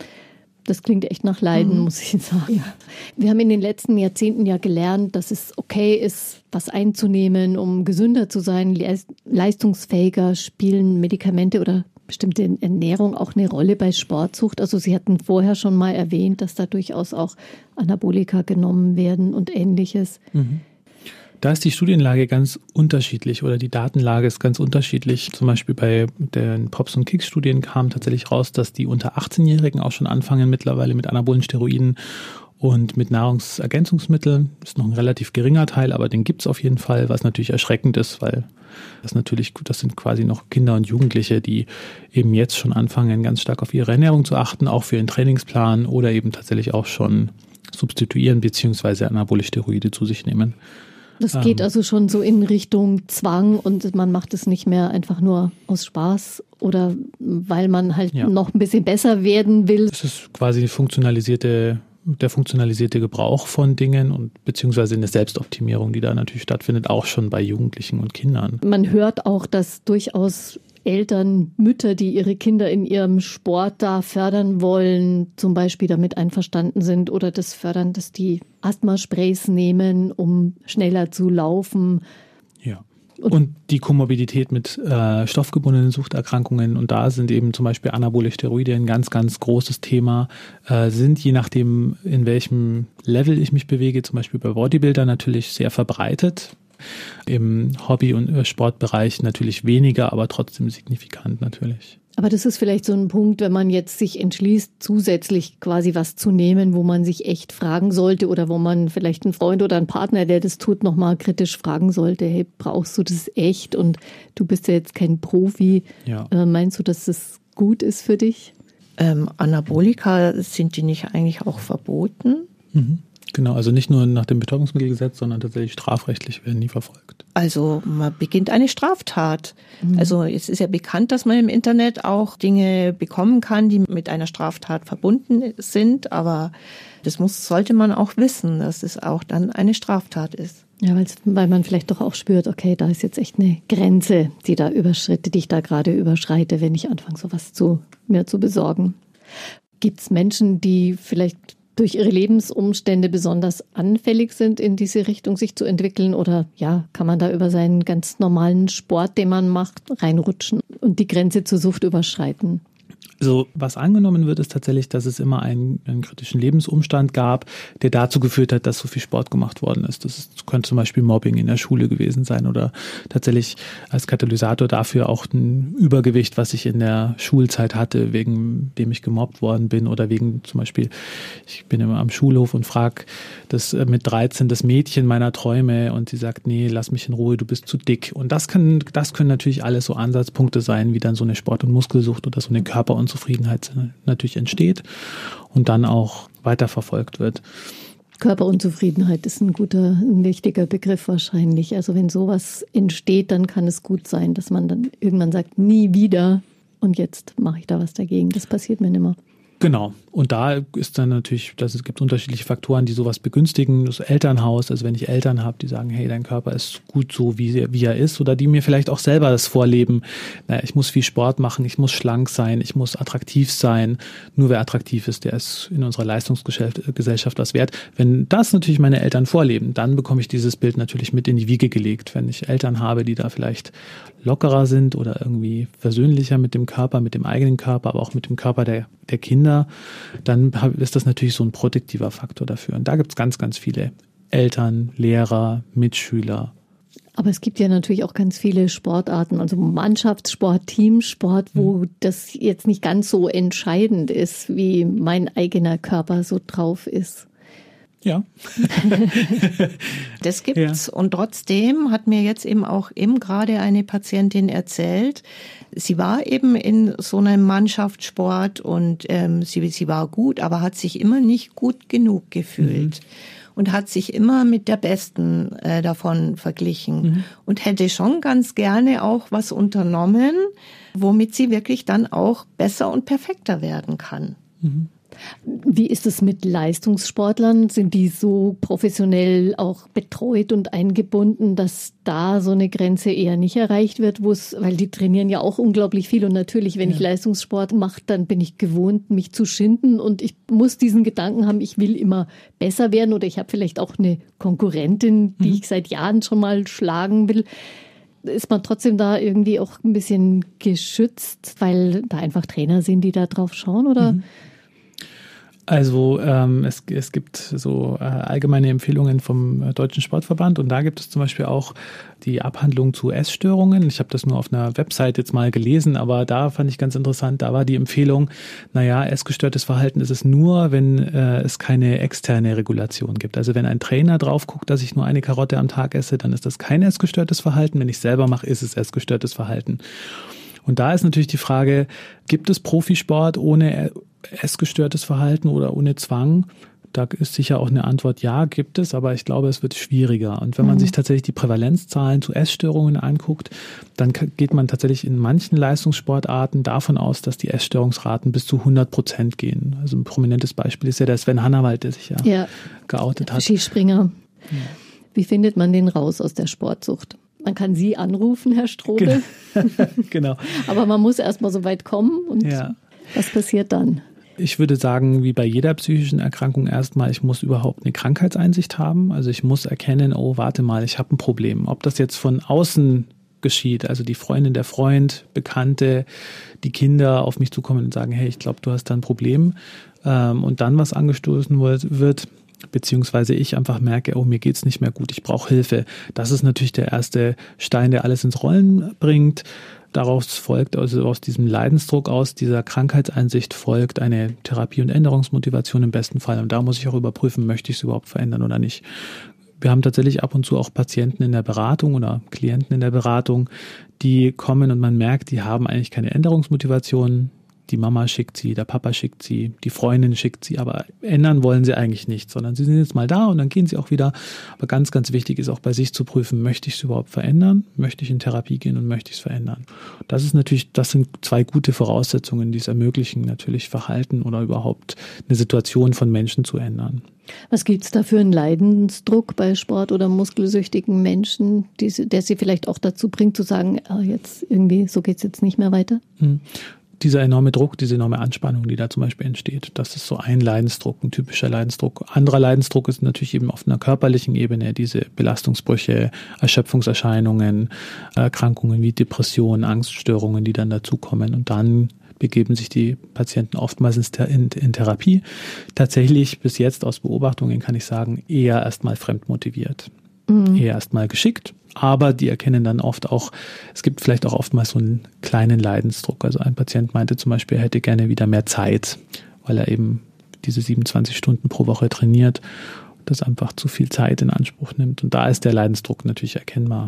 Das klingt echt nach Leiden, Mhm. muss ich sagen. Wir haben in den letzten Jahrzehnten ja gelernt, dass es okay ist, was einzunehmen, um gesünder zu sein, leist- leistungsfähiger. Spielen Medikamente oder bestimmte Ernährung auch eine Rolle bei Sportsucht? Also Sie hatten vorher schon mal erwähnt, dass da durchaus auch Anabolika genommen werden und Ähnliches. Mhm. Da ist die Studienlage ganz unterschiedlich oder die Datenlage ist ganz unterschiedlich. Zum Beispiel bei den Pops- und Kicks-Studien kam tatsächlich raus, dass die unter achtzehnjährigen auch schon anfangen mittlerweile mit anabolen Steroiden und mit Nahrungsergänzungsmitteln. Das ist noch ein relativ geringer Teil, aber den gibt's auf jeden Fall, was natürlich erschreckend ist, weil das natürlich, das sind quasi noch Kinder und Jugendliche, die eben jetzt schon anfangen, ganz stark auf ihre Ernährung zu achten, auch für ihren Trainingsplan oder eben tatsächlich auch schon substituieren beziehungsweise anabole Steroide zu sich nehmen. Das geht Ähm. also schon so in Richtung Zwang und man macht es nicht mehr einfach nur aus Spaß oder weil man halt Ja. noch ein bisschen besser werden will. Es ist quasi die funktionalisierte, der funktionalisierte Gebrauch von Dingen und beziehungsweise eine Selbstoptimierung, die da natürlich stattfindet, auch schon bei Jugendlichen und Kindern. Man hört auch, dass durchaus Eltern, Mütter, die ihre Kinder in ihrem Sport da fördern wollen, zum Beispiel damit einverstanden sind oder das fördern, dass die Asthmasprays nehmen, um schneller zu laufen. Ja. Und die Komorbidität mit äh, stoffgebundenen Suchterkrankungen, und da sind eben zum Beispiel anabole Steroide ein ganz, ganz großes Thema, äh, sind je nachdem, in welchem Level ich mich bewege, zum Beispiel bei Bodybuilder natürlich sehr verbreitet. Im Hobby- und Sportbereich natürlich weniger, aber trotzdem signifikant natürlich. Aber das ist vielleicht so ein Punkt, wenn man jetzt sich entschließt, zusätzlich quasi was zu nehmen, wo man sich echt fragen sollte oder wo man vielleicht einen Freund oder einen Partner, der das tut, nochmal kritisch fragen sollte, hey, brauchst du das echt? Und du bist ja jetzt kein Profi. Ja. Äh, meinst du, dass das gut ist für dich? Ähm, Anabolika, sind die nicht eigentlich auch verboten? Mhm. Genau, also nicht nur nach dem Betäubungsmittelgesetz, sondern tatsächlich strafrechtlich werden die verfolgt. Also man beginnt eine Straftat. Mhm. Also es ist ja bekannt, dass man im Internet auch Dinge bekommen kann, die mit einer Straftat verbunden sind, aber das muss, sollte man auch wissen, dass es auch dann eine Straftat ist. Ja, weil man vielleicht doch auch spürt, okay, da ist jetzt echt eine Grenze, die da überschritte, die ich da gerade überschreite, wenn ich anfange, sowas zu mir zu besorgen. Gibt es Menschen, die vielleicht durch ihre Lebensumstände besonders anfällig sind, in diese Richtung sich zu entwickeln? Oder ja, kann man da über seinen ganz normalen Sport, den man macht, reinrutschen und die Grenze zur Sucht überschreiten? Also was angenommen wird, ist tatsächlich, dass es immer einen, einen kritischen Lebensumstand gab, der dazu geführt hat, dass so viel Sport gemacht worden ist. Das ist, könnte zum Beispiel Mobbing in der Schule gewesen sein oder tatsächlich als Katalysator dafür auch ein Übergewicht, was ich in der Schulzeit hatte, wegen dem ich gemobbt worden bin oder wegen zum Beispiel, ich bin immer am Schulhof und frage das mit dreizehn das Mädchen meiner Träume und sie sagt, nee, lass mich in Ruhe, du bist zu dick. Und das können, das können natürlich alles so Ansatzpunkte sein, wie dann so eine Sport- und Muskelsucht oder so eine Körper- Unzufriedenheit natürlich entsteht und dann auch weiterverfolgt wird. Körperunzufriedenheit ist ein guter, ein wichtiger Begriff wahrscheinlich. Also wenn sowas entsteht, dann kann es gut sein, dass man dann irgendwann sagt, nie wieder und jetzt mache ich da was dagegen. Das passiert mir nimmer. Genau. Und da ist dann natürlich, das, es gibt unterschiedliche Faktoren, die sowas begünstigen. Das Elternhaus, also wenn ich Eltern habe, die sagen, hey, dein Körper ist gut so, wie, wie er ist, oder die mir vielleicht auch selber das vorleben, naja, ich muss viel Sport machen, ich muss schlank sein, ich muss attraktiv sein. Nur wer attraktiv ist, der ist in unserer Leistungsgesellschaft was wert. Wenn das natürlich meine Eltern vorleben, dann bekomme ich dieses Bild natürlich mit in die Wiege gelegt. Wenn ich Eltern habe, die da vielleicht lockerer sind oder irgendwie versöhnlicher mit dem Körper, mit dem eigenen Körper, aber auch mit dem Körper der, der Kinder, dann ist das natürlich so ein protektiver Faktor dafür. Und da gibt es ganz, ganz viele Eltern, Lehrer, Mitschüler. Aber es gibt ja natürlich auch ganz viele Sportarten, also Mannschaftssport, Teamsport, wo mhm. das jetzt nicht ganz so entscheidend ist, wie mein eigener Körper so drauf ist. Ja. Das gibt's. Ja. Und trotzdem hat mir jetzt eben auch eben gerade eine Patientin erzählt, sie war eben in so einem Mannschaftssport und ähm, sie, sie war gut, aber hat sich immer nicht gut genug gefühlt. Mhm. Und hat sich immer mit der Besten äh, davon verglichen mhm. und hätte schon ganz gerne auch was unternommen, womit sie wirklich dann auch besser und perfekter werden kann. Mhm. Wie ist es mit Leistungssportlern? Sind die so professionell auch betreut und eingebunden, dass da so eine Grenze eher nicht erreicht wird, wo es, weil die trainieren ja auch unglaublich viel und natürlich, wenn ja. ich Leistungssport mache, dann bin ich gewohnt, mich zu schinden und ich muss diesen Gedanken haben, ich will immer besser werden oder ich habe vielleicht auch eine Konkurrentin, die mhm. ich seit Jahren schon mal schlagen will. Ist man trotzdem da irgendwie auch ein bisschen geschützt, weil da einfach Trainer sind, die da drauf schauen, oder? Mhm. Also ähm, es, es gibt so äh, allgemeine Empfehlungen vom äh, Deutschen Sportverband und da gibt es zum Beispiel auch die Abhandlung zu Essstörungen. Ich habe das nur auf einer Website jetzt mal gelesen, aber da fand ich ganz interessant, da war die Empfehlung, naja, essgestörtes Verhalten ist es nur, wenn äh, es keine externe Regulation gibt. Also wenn ein Trainer drauf guckt, dass ich nur eine Karotte am Tag esse, dann ist das kein essgestörtes Verhalten. Wenn ich selber mache, ist es essgestörtes Verhalten. Und da ist natürlich die Frage, gibt es Profisport ohne essgestörtes Verhalten oder ohne Zwang? Da ist sicher auch eine Antwort, ja, gibt es, aber ich glaube, es wird schwieriger. Und wenn man mhm. sich tatsächlich die Prävalenzzahlen zu Essstörungen anguckt, dann geht man tatsächlich in manchen Leistungssportarten davon aus, dass die Essstörungsraten bis zu hundert Prozent gehen. Also ein prominentes Beispiel ist ja der Sven Hannawald, der sich ja, ja. geoutet hat. Skispringer. Ja. Wie findet man den raus aus der Sportsucht? Man kann Sie anrufen, Herr Strobel. Genau. Aber man muss erst mal so weit kommen. Und ja. was passiert dann? Ich würde sagen, wie bei jeder psychischen Erkrankung erstmal, ich muss überhaupt eine Krankheitseinsicht haben. Also ich muss erkennen, oh, warte mal, ich habe ein Problem. Ob das jetzt von außen geschieht, also die Freundin, der Freund, Bekannte, die Kinder auf mich zukommen und sagen, hey, ich glaube, du hast da ein Problem. Und dann was angestoßen wird, beziehungsweise ich einfach merke, oh, mir geht's nicht mehr gut, ich brauche Hilfe. Das ist natürlich der erste Stein, der alles ins Rollen bringt. Daraus folgt, also aus diesem Leidensdruck, aus dieser Krankheitseinsicht folgt eine Therapie- und Änderungsmotivation im besten Fall. Und da muss ich auch überprüfen, möchte ich es überhaupt verändern oder nicht. Wir haben tatsächlich ab und zu auch Patienten in der Beratung oder Klienten in der Beratung, die kommen und man merkt, die haben eigentlich keine Änderungsmotivation. Die Mama schickt sie, der Papa schickt sie, die Freundin schickt sie, aber ändern wollen sie eigentlich nicht, sondern sie sind jetzt mal da und dann gehen sie auch wieder. Aber ganz, ganz wichtig ist auch bei sich zu prüfen, möchte ich es überhaupt verändern? Möchte ich in Therapie gehen und möchte ich es verändern? Das ist natürlich, das sind zwei gute Voraussetzungen, die es ermöglichen, natürlich Verhalten oder überhaupt eine Situation von Menschen zu ändern. Was gibt es da für einen Leidensdruck bei Sport- oder muskelsüchtigen Menschen, die, der sie vielleicht auch dazu bringt, zu sagen, ah, jetzt irgendwie, so geht es jetzt nicht mehr weiter? Hm. Dieser enorme Druck, diese enorme Anspannung, die da zum Beispiel entsteht, das ist so ein Leidensdruck, ein typischer Leidensdruck. Anderer Leidensdruck ist natürlich eben auf einer körperlichen Ebene, diese Belastungsbrüche, Erschöpfungserscheinungen, Erkrankungen wie Depressionen, Angststörungen, die dann dazukommen. Und dann begeben sich die Patienten oftmals in, in Therapie. Tatsächlich bis jetzt aus Beobachtungen kann ich sagen, eher erstmal fremdmotiviert, mhm. eher erstmal geschickt. Aber die erkennen dann oft auch, es gibt vielleicht auch oftmals so einen kleinen Leidensdruck. Also ein Patient meinte zum Beispiel, er hätte gerne wieder mehr Zeit, weil er eben diese siebenundzwanzig Stunden pro Woche trainiert und das einfach zu viel Zeit in Anspruch nimmt. Und da ist der Leidensdruck natürlich erkennbar.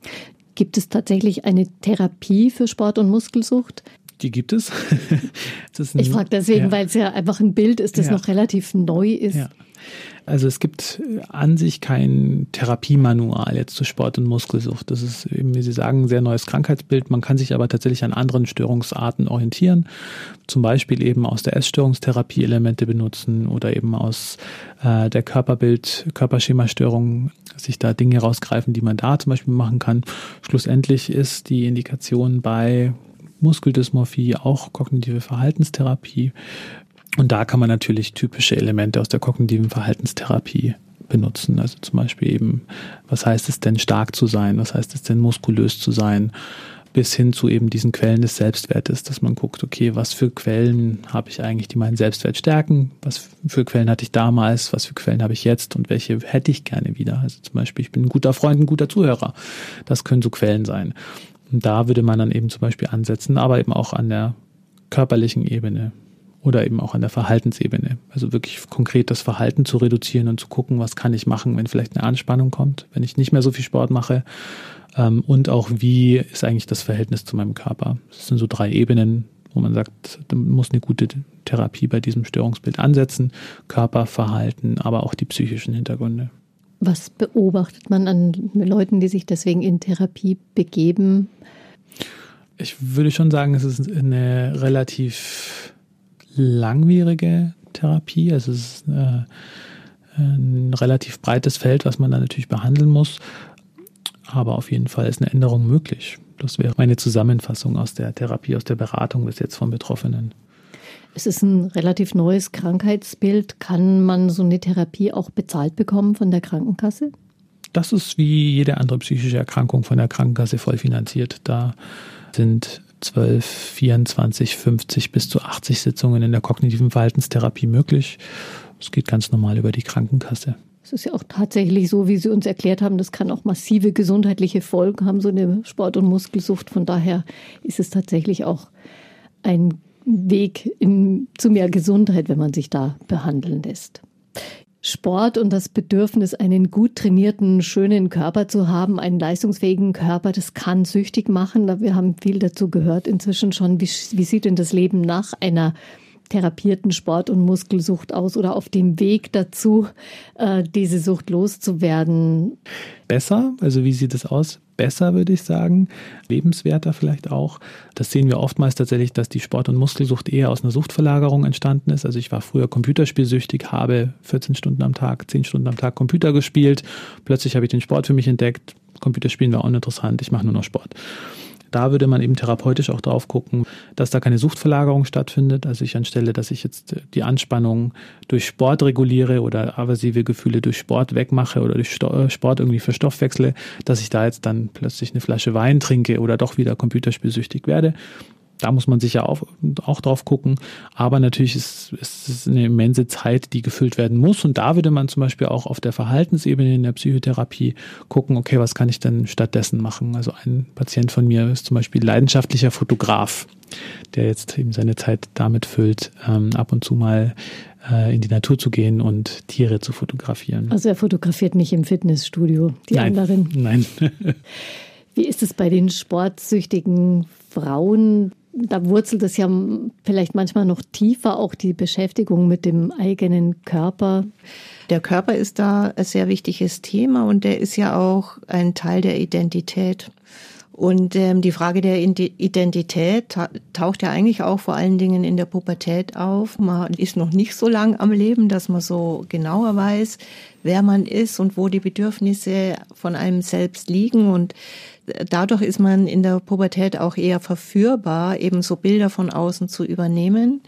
Gibt es tatsächlich eine Therapie für Sport- und Muskelsucht? Die gibt es. es ein, ich frage deswegen, ja. weil es ja einfach ein Bild ist, das ja. noch relativ neu ist. Ja. Also es gibt an sich kein Therapiemanual jetzt zu Sport- und Muskelsucht. Das ist eben, wie Sie sagen, ein sehr neues Krankheitsbild. Man kann sich aber tatsächlich an anderen Störungsarten orientieren. Zum Beispiel eben aus der Essstörungstherapie Elemente benutzen oder eben aus äh, der Körperbild-, Körperschemastörung sich da Dinge rausgreifen, die man da zum Beispiel machen kann. Schlussendlich ist die Indikation bei Muskeldysmorphie auch kognitive Verhaltenstherapie. Und da kann man natürlich typische Elemente aus der kognitiven Verhaltenstherapie benutzen. Also zum Beispiel eben, was heißt es denn, stark zu sein? Was heißt es denn, muskulös zu sein? Bis hin zu eben diesen Quellen des Selbstwertes, dass man guckt, okay, was für Quellen habe ich eigentlich, die meinen Selbstwert stärken? Was für Quellen hatte ich damals? Was für Quellen habe ich jetzt? Und welche hätte ich gerne wieder? Also zum Beispiel, ich bin ein guter Freund, ein guter Zuhörer. Das können so Quellen sein. Und da würde man dann eben zum Beispiel ansetzen, aber eben auch an der körperlichen Ebene. oder eben auch an der Verhaltensebene. Also wirklich konkret das Verhalten zu reduzieren und zu gucken, was kann ich machen, wenn vielleicht eine Anspannung kommt, wenn ich nicht mehr so viel Sport mache. Und auch, wie ist eigentlich das Verhältnis zu meinem Körper. Das sind so drei Ebenen, wo man sagt, da muss eine gute Therapie bei diesem Störungsbild ansetzen. Körper, Verhalten, aber auch die psychischen Hintergründe. Was beobachtet man an Leuten, die sich deswegen in Therapie begeben? Ich würde schon sagen, es ist eine relativ langwierige Therapie. Also es ist ein relativ breites Feld, was man da natürlich behandeln muss. Aber auf jeden Fall ist eine Änderung möglich. Das wäre meine Zusammenfassung aus der Therapie, aus der Beratung bis jetzt von Betroffenen. Es ist ein relativ neues Krankheitsbild. Kann man so eine Therapie auch bezahlt bekommen von der Krankenkasse? Das ist wie jede andere psychische Erkrankung von der Krankenkasse voll finanziert. Da sind zwölf, vierundzwanzig, fünfzig bis zu achtzig Sitzungen in der kognitiven Verhaltenstherapie möglich. Es geht ganz normal über die Krankenkasse. Es ist ja auch tatsächlich so, wie Sie uns erklärt haben, das kann auch massive gesundheitliche Folgen haben, so eine Sport- und Muskelsucht. Von daher ist es tatsächlich auch ein Weg in, zu mehr Gesundheit, wenn man sich da behandeln lässt. Sport und das Bedürfnis, einen gut trainierten, schönen Körper zu haben, einen leistungsfähigen Körper, das kann süchtig machen. Wir haben viel dazu gehört inzwischen schon. Wie, wie sieht denn das Leben nach einer therapierten Sport- und Muskelsucht aus oder auf dem Weg dazu, äh, diese Sucht loszuwerden? Besser, also wie sieht es aus? Besser, würde ich sagen. Lebenswerter vielleicht auch. Das sehen wir oftmals tatsächlich, dass die Sport- und Muskelsucht eher aus einer Suchtverlagerung entstanden ist. Also ich war früher computerspielsüchtig, habe vierzehn Stunden am Tag, zehn Stunden am Tag Computer gespielt. Plötzlich habe ich den Sport für mich entdeckt. Computerspielen war uninteressant, ich mache nur noch Sport. Da würde man eben therapeutisch auch drauf gucken, dass da keine Suchtverlagerung stattfindet. Also ich anstelle, dass ich jetzt die Anspannung durch Sport reguliere oder aversive Gefühle durch Sport wegmache oder durch Sport irgendwie verstoffwechsle, dass ich da jetzt dann plötzlich eine Flasche Wein trinke oder doch wieder computerspielsüchtig werde. Da muss man sicher auch, auch drauf gucken. Aber natürlich ist, ist es eine immense Zeit, die gefüllt werden muss. Und da würde man zum Beispiel auch auf der Verhaltensebene in der Psychotherapie gucken, okay, was kann ich denn stattdessen machen? Also ein Patient von mir ist zum Beispiel leidenschaftlicher Fotograf, der jetzt eben seine Zeit damit füllt, ähm, ab und zu mal äh, in die Natur zu gehen und Tiere zu fotografieren. Also er fotografiert nicht im Fitnessstudio, die nein, anderen? Nein. Wie ist es bei den sportsüchtigen Frauen? Da wurzelt es ja vielleicht manchmal noch tiefer, auch die Beschäftigung mit dem eigenen Körper. Der Körper ist da ein sehr wichtiges Thema und der ist ja auch ein Teil der Identität. Und ähm, die Frage der Identität ta- taucht ja eigentlich auch vor allen Dingen in der Pubertät auf. Man ist noch nicht so lang am Leben, dass man so genauer weiß, wer man ist und wo die Bedürfnisse von einem selbst liegen. Und dadurch ist man in der Pubertät auch eher verführbar, eben so Bilder von außen zu übernehmen.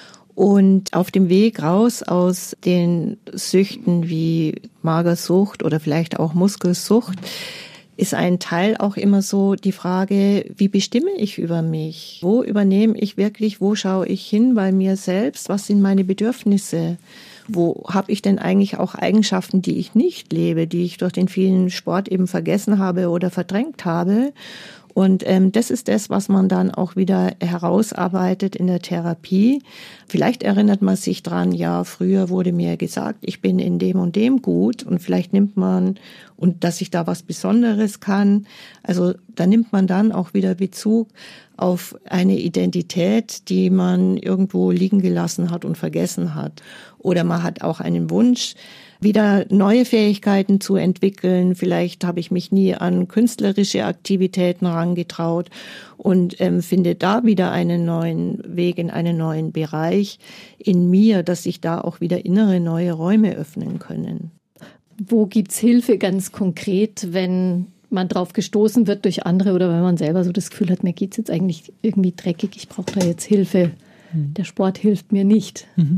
Und auf dem Weg raus aus den Süchten wie Magersucht oder vielleicht auch Muskelsucht ist ein Teil auch immer so die Frage, wie bestimme ich über mich? Wo übernehme ich wirklich, wo schaue ich hin bei mir selbst? Was sind meine Bedürfnisse? Wo habe ich denn eigentlich auch Eigenschaften, die ich nicht lebe, die ich durch den vielen Sport eben vergessen habe oder verdrängt habe? Und ähm, das ist das, was man dann auch wieder herausarbeitet in der Therapie. Vielleicht erinnert man sich dran, ja, früher wurde mir gesagt, ich bin in dem und dem gut und vielleicht nimmt man, und dass ich da was Besonderes kann. Also da nimmt man dann auch wieder Bezug auf eine Identität, die man irgendwo liegen gelassen hat und vergessen hat. Oder man hat auch einen Wunsch, wieder neue Fähigkeiten zu entwickeln. Vielleicht habe ich mich nie an künstlerische Aktivitäten herangetraut und ähm, finde da wieder einen neuen Weg in einen neuen Bereich in mir, dass sich da auch wieder innere neue Räume öffnen können. Wo gibt's Hilfe ganz konkret, wenn man drauf gestoßen wird durch andere oder wenn man selber so das Gefühl hat, mir geht's jetzt eigentlich irgendwie dreckig, ich brauche da jetzt Hilfe. Mhm. Der Sport hilft mir nicht. Mhm.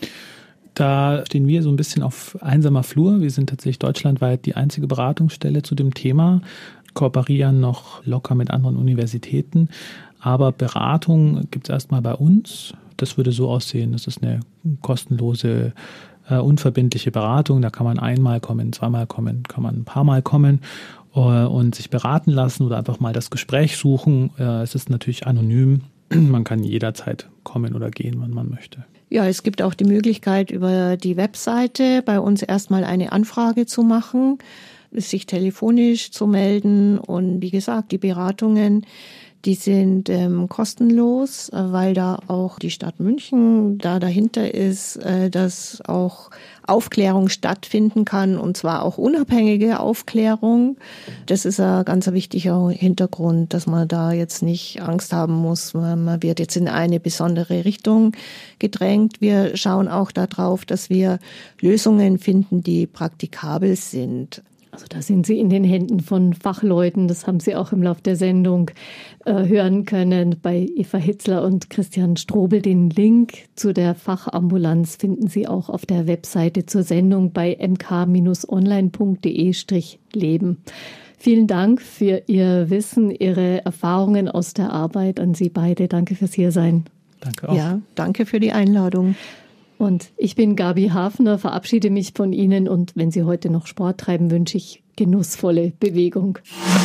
Da stehen wir so ein bisschen auf einsamer Flur. Wir sind tatsächlich deutschlandweit die einzige Beratungsstelle zu dem Thema, kooperieren noch locker mit anderen Universitäten. Aber Beratung gibt es erstmal bei uns. Das würde so aussehen, das ist eine kostenlose, äh, unverbindliche Beratung. Da kann man einmal kommen, zweimal kommen, kann man ein paar Mal kommen äh, und sich beraten lassen oder einfach mal das Gespräch suchen. Äh, es ist natürlich anonym. man kann jederzeit kommen oder gehen, wann man möchte. Ja, es gibt auch die Möglichkeit, über die Webseite bei uns erstmal eine Anfrage zu machen, sich telefonisch zu melden. Und wie gesagt, die Beratungen, die sind ähm, kostenlos, weil da auch die Stadt München da dahinter ist, äh, dass auch Aufklärung stattfinden kann, und zwar auch unabhängige Aufklärung. Das ist ein ganz wichtiger Hintergrund, dass man da jetzt nicht Angst haben muss, man wird jetzt in eine besondere Richtung gedrängt. Wir schauen auch darauf, dass wir Lösungen finden, die praktikabel sind. Also da sind Sie in den Händen von Fachleuten, das haben Sie auch im Laufe der Sendung äh, hören können bei Eva Hitzler und Christian Strobel. Den Link zu der Fachambulanz finden Sie auch auf der Webseite zur Sendung bei m k Bindestrich online punkt d e Strich leben. Vielen Dank für Ihr Wissen, Ihre Erfahrungen aus der Arbeit an Sie beide. Danke fürs Hiersein. Danke auch. Ja, danke für die Einladung. Und ich bin Gabi Hafner, verabschiede mich von Ihnen, und wenn Sie heute noch Sport treiben, wünsche ich genussvolle Bewegung.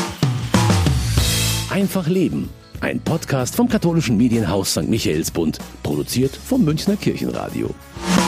Einfach leben. Ein Podcast vom katholischen Medienhaus Sankt Michaelsbund, produziert vom Münchner Kirchenradio.